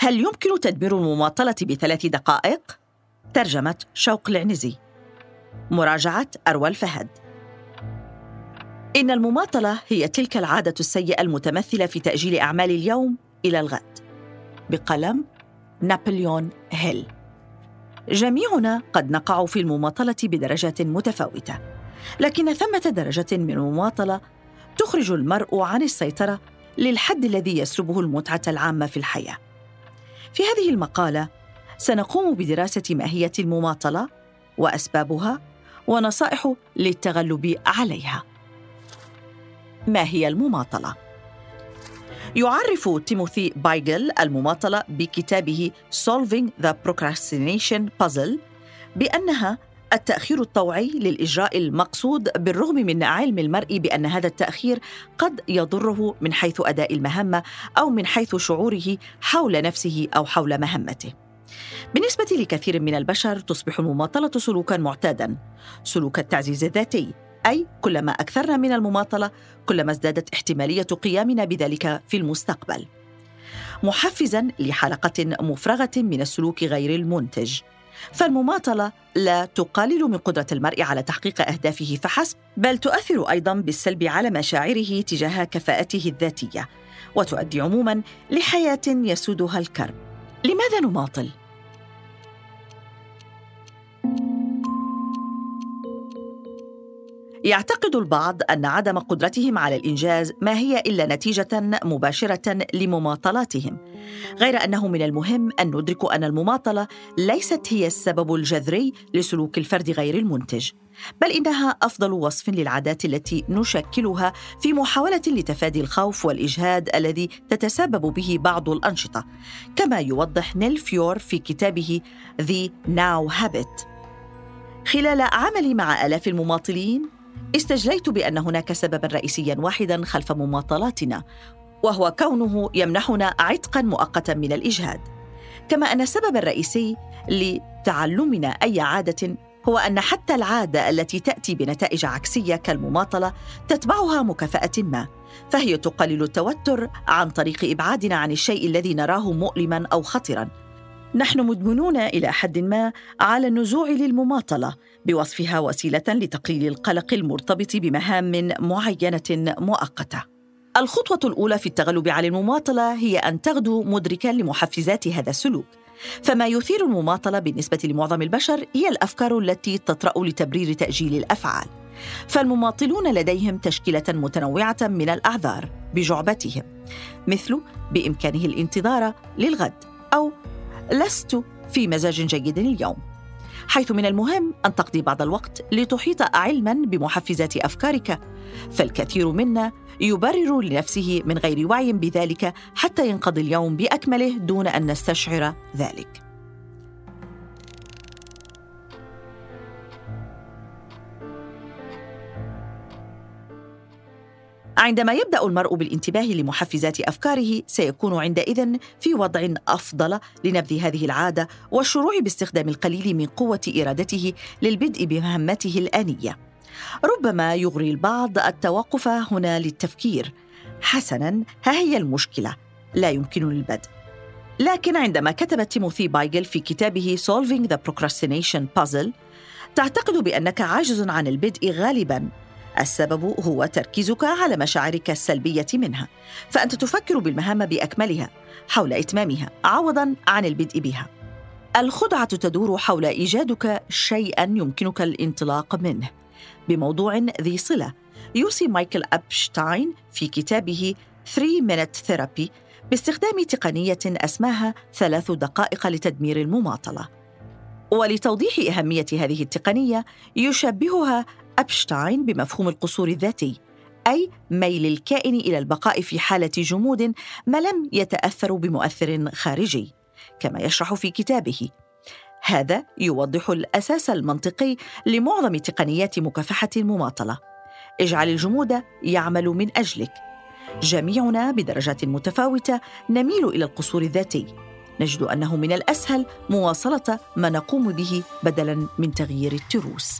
هل يمكن تدمير المماطلة ب3 دقائق؟ ترجمة شوق العنزي، مراجعة أروى الفهد. إن المماطلة هي تلك العادة السيئة المتمثلة في تأجيل أعمال اليوم إلى الغد، بقلم نابليون هيل. جميعنا قد نقع في المماطلة بدرجات متفاوتة، لكن ثمة درجة من المماطلة تخرج المرء عن السيطرة للحد الذي يسلبه المتعة العامة في الحياة. في هذه المقالة سنقوم بدراسة ماهية المماطلة وأسبابها ونصائح للتغلب عليها. ما هي المماطلة؟ يعرف تيموثي بايغل المماطلة بكتابه Solving the Procrastination Puzzle بأنها التأخير الطوعي للإجراء المقصود، بالرغم من علم المرء بأن هذا التأخير قد يضره من حيث أداء المهمة أو من حيث شعوره حول نفسه أو حول مهمته. بالنسبة لكثير من البشر تصبح المماطلة سلوكاً معتاداً، سلوك التعزيز الذاتي، أي كلما أكثرنا من المماطلة كلما ازدادت احتمالية قيامنا بذلك في المستقبل، محفزاً لحلقة مفرغة من السلوك غير المنتج. فالمماطلة لا تقلل من قدرة المرء على تحقيق أهدافه فحسب، بل تؤثر أيضاً بالسلب على مشاعره تجاه كفاءته الذاتية، وتؤدي عموماً لحياة يسودها الكرب. لماذا نماطل؟ يعتقد البعض أن عدم قدرتهم على الإنجاز ما هي إلا نتيجة مباشرة لمماطلاتهم، غير أنه من المهم أن ندرك أن المماطلة ليست هي السبب الجذري لسلوك الفرد غير المنتج، بل إنها أفضل وصف للعادات التي نشكلها في محاولة لتفادي الخوف والإجهاد الذي تتسبب به بعض الأنشطة، كما يوضح نيل فيور في كتابه The Now Habit. خلال عملي مع آلاف المماطلين استجليت بأن هناك سبباً رئيسياً واحداً خلف مماطلاتنا، وهو كونه يمنحنا عتقاً مؤقتاً من الإجهاد. كما أن السبب الرئيسي لتعلمنا أي عادة هو أن حتى العادة التي تأتي بنتائج عكسية كالمماطلة تتبعها مكافأة ما، فهي تقلل التوتر عن طريق إبعادنا عن الشيء الذي نراه مؤلماً أو خطراً. نحن مدمنون إلى حد ما على النزوع للمماطلة بوصفها وسيلة لتقليل القلق المرتبط بمهام معينة مؤقتة. الخطوة الأولى في التغلب على المماطلة هي أن تغدو مدركاً لمحفزات هذا السلوك. فما يثير المماطلة بالنسبة لمعظم البشر هي الأفكار التي تطرأ لتبرير تأجيل الأفعال. فالمماطلون لديهم تشكيلة متنوعة من الأعذار بجعبتهم، مثل بإمكانه الانتظار للغد، أو لست في مزاج جيد اليوم، حيث من المهم أن تقضي بعض الوقت لتحيط علماً بمحفزات أفكارك. فالكثير منا يبرر لنفسه من غير وعي بذلك حتى ينقضي اليوم بأكمله دون أن نستشعر ذلك. عندما يبدأ المرء بالانتباه لمحفزات أفكاره سيكون عندئذ في وضع أفضل لنبذ هذه العادة والشروع باستخدام القليل من قوة إرادته للبدء بمهمته الآنية. ربما يغري البعض التوقف هنا للتفكير: حسناً، ها هي المشكلة، لا يمكنني البدء. لكن عندما كتب تيموثي بايغل في كتابه Solving the Procrastination Puzzle تعتقد بأنك عاجز عن البدء غالباً. السبب هو تركيزك على مشاعرك السلبية منها، فأنت تفكر بالمهام بأكملها حول إتمامها عوضاً عن البدء بها. الخدعة تدور حول إيجادك شيئاً يمكنك الانطلاق منه بموضوع ذي صلة. يوصي مايكل أبشتاين في كتابه 3-Minute Therapy باستخدام تقنية اسمها 3 دقائق لتدمير المماطلة. ولتوضيح أهمية هذه التقنية يشبهها أبشتاين بمفهوم القصور الذاتي، أي ميل الكائن إلى البقاء في حالة جمود ما لم يتأثر بمؤثر خارجي. كما يشرح في كتابه، هذا يوضح الأساس المنطقي لمعظم تقنيات مكافحة المماطلة: اجعل الجمود يعمل من أجلك. جميعنا بدرجات متفاوتة نميل إلى القصور الذاتي. نجد أنه من الأسهل مواصلة ما نقوم به بدلاً من تغيير التروس.